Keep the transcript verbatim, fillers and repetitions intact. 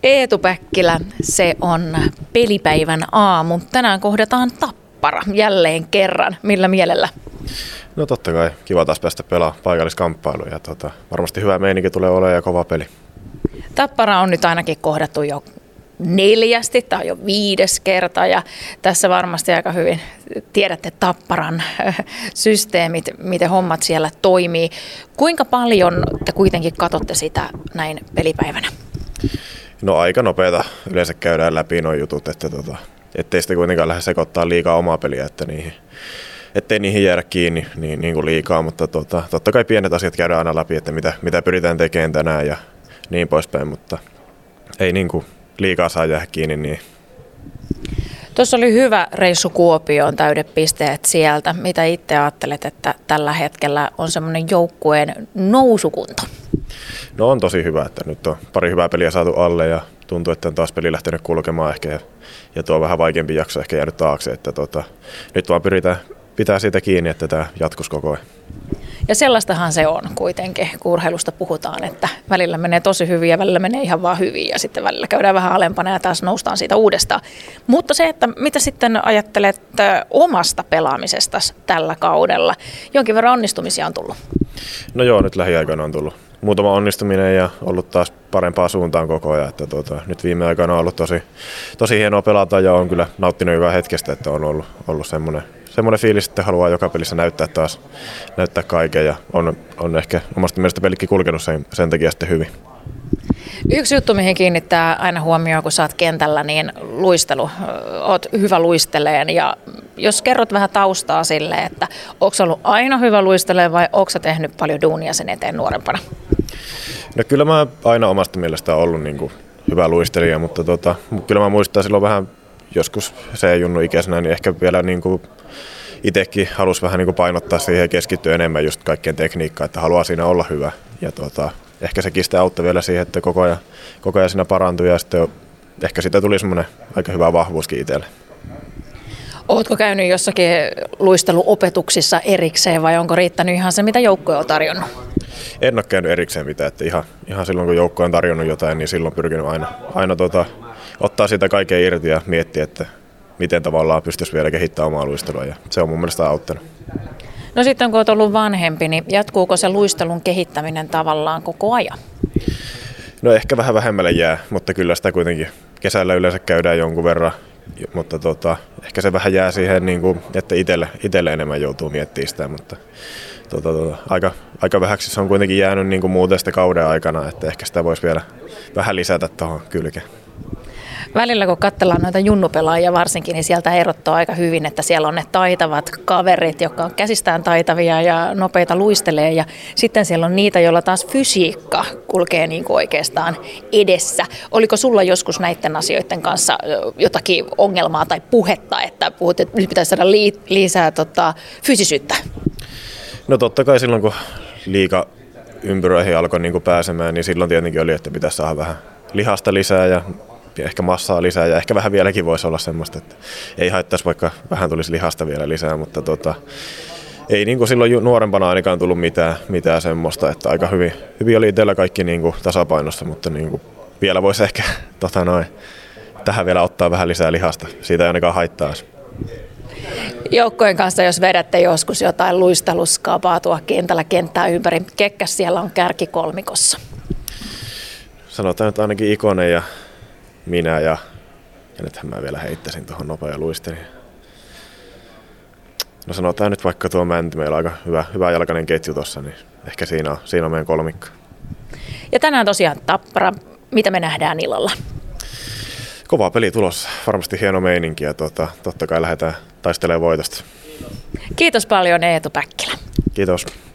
Eetu Päkkilä, se on pelipäivän aamu. Tänään kohdataan Tappara jälleen kerran. Millä mielellä? No totta kai, kiva taas päästä pelaamaan paikalliskamppailuun ja tota, varmasti hyvä meininki tulee olemaan ja kova peli. Tappara on nyt ainakin kohdattu jo neljästi tai jo viides kerta ja tässä varmasti aika hyvin tiedätte Tapparan systeemit, miten hommat siellä toimii. Kuinka paljon te kuitenkin katsotte sitä näin pelipäivänä? No aika nopeata yleensä käydään läpi nuo jutut, että tota, ettei sitä kuitenkaan lähde sekoittaa liikaa omaa peliä, että niihin, ettei niihin jäädä kiinni niin, niin kuin liikaa, mutta tota, totta kai pienet asiat käydään aina läpi, että mitä, mitä pyritään tekemään tänään ja niin poispäin, mutta ei niin kuin liikaa saa jäädä kiinni. Niin. Tuossa oli hyvä reissu Kuopioon, täydet pisteet sieltä. Mitä itse ajattelet, että tällä hetkellä on semmoinen joukkueen nousukunto? No on tosi hyvä, että nyt on pari hyvää peliä saatu alle ja tuntuu, että on taas peli lähtenyt kulkemaan ehkä ja, ja tuo vähän vaikeampi jakso ehkä jäänyt taakse. Että tota, nyt vaan pyritään pitää siitä kiinni, että tämä jatkuisi koko ajan. Ja sellaistahan se on kuitenkin, kun urheilusta puhutaan, että välillä menee tosi hyvin ja välillä menee ihan vaan hyvin ja sitten välillä käydään vähän alempana ja taas noustaan siitä uudestaan. Mutta se, että mitä sitten ajattelet omasta pelaamisesta tällä kaudella? Jonkin verran onnistumisia on tullut. No joo, nyt lähiaikoina on tullut muutama onnistuminen ja ollut taas parempaa suuntaan koko ajan. Että tuota, nyt viime aikoina on ollut tosi, tosi hienoa pelata ja on kyllä nauttinut joka hetkestä, että on ollut, ollut semmoinen, semmoinen fiilis, että haluaa joka pelissä näyttää taas näyttää kaiken ja on, on ehkä omasta mielestä pelikki kulkenut sen, sen takia sitten hyvin. Yksi juttu, mihin kiinnittää aina huomioon, kun sä oot kentällä, niin luistelu. Oot hyvä luisteleen ja jos kerrot vähän taustaa sille, että onko ollut aina hyvä luisteleen vai onko sä tehnyt paljon duunia sen eteen nuorempana? No kyllä mä aina omasta mielestä ollut niin kuin hyvä luistelija, mutta tota, kyllä mä muistan silloin vähän joskus se junnu ikäisenä, niin ehkä vielä niin kuin itsekin halusi vähän niin kuin painottaa siihen ja keskittyä enemmän just kaikkeen tekniikkaan, että haluaa siinä olla hyvä. Ja tota, ehkä sekin sitä auttoi vielä siihen, että koko ajan, koko ajan siinä parantui ja sitten ehkä siitä tuli semmoinen aika hyvä vahvuuskin itselle. Ootko käynyt jossakin luisteluopetuksissa erikseen vai onko riittänyt ihan se, mitä joukkue on tarjonnut? En ole käynyt erikseen mitään, että ihan, ihan silloin kun joukkue on tarjonnut jotain, niin silloin pyrkinyt aina, aina tota, ottaa siitä kaikkea irti ja miettiä, että miten tavallaan pystyisi vielä kehittämään omaa luistelua ja se on mun mielestä auttanut. No sitten kun olet ollut vanhempi, niin jatkuuko se luistelun kehittäminen tavallaan koko ajan? No ehkä vähän vähemmälle jää, mutta kyllä sitä kuitenkin kesällä yleensä käydään jonkun verran, mutta tota, ehkä se vähän jää siihen, niin kuin, että itselle, itselle enemmän joutuu miettimään sitä, mutta tota, tota, aika, aika vähäksi se on kuitenkin jäänyt niin kuin muuten sitä kauden aikana, että ehkä sitä voisi vielä vähän lisätä tuohon kylkeen. Välillä kun katsellaan noita junnupelaajia varsinkin, niin sieltä erottaa aika hyvin, että siellä on ne taitavat kaverit, jotka on käsistään taitavia ja nopeita luistelee. Ja sitten siellä on niitä, joilla taas fysiikka kulkee niin kuin oikeastaan edessä. Oliko sulla joskus näiden asioiden kanssa jotakin ongelmaa tai puhetta, että puhut, että nyt pitäisi saada li- lisää tota, fysisyyttä? No totta kai silloin, kun liiga ympyröihin alkoi niin kuin pääsemään, niin silloin tietenkin oli, että pitäisi saada vähän lihasta lisää ja ehkä massaa lisää ja ehkä vähän vieläkin voisi olla semmoista, että ei haittaisi vaikka vähän tulisi lihasta vielä lisää, mutta tota, ei niin kuin silloin nuorempana ainakaan tullut mitään, mitään semmoista, että aika hyvin, hyvin oli itsellä kaikki niin kuin tasapainossa, mutta niin kuin vielä voisi ehkä tota noin, tähän vielä ottaa vähän lisää lihasta, siitä ei ainakaan haittaa. Joukkojen kanssa, jos vedätte joskus jotain luisteluskapaa tuo kentällä kenttää ympäri, kekkäs siellä on kärkikolmikossa? Sanotaan nyt ainakin Ikonen ja minä ja, ja nythän mä vielä heittäisin tuohon nopea luistelin. No sanotaan nyt vaikka tuo Mänty, meillä on aika hyvä, hyvä jalkainen ketju tuossa, niin ehkä siinä on, siinä on meidän kolmikko. Ja tänään tosiaan Tappara, mitä me nähdään illalla? Kova peli tulossa, varmasti hieno meininki ja tota, totta kai lähdetään taistelemaan voitosta. Kiitos paljon Eetu Päkkilä. Kiitos.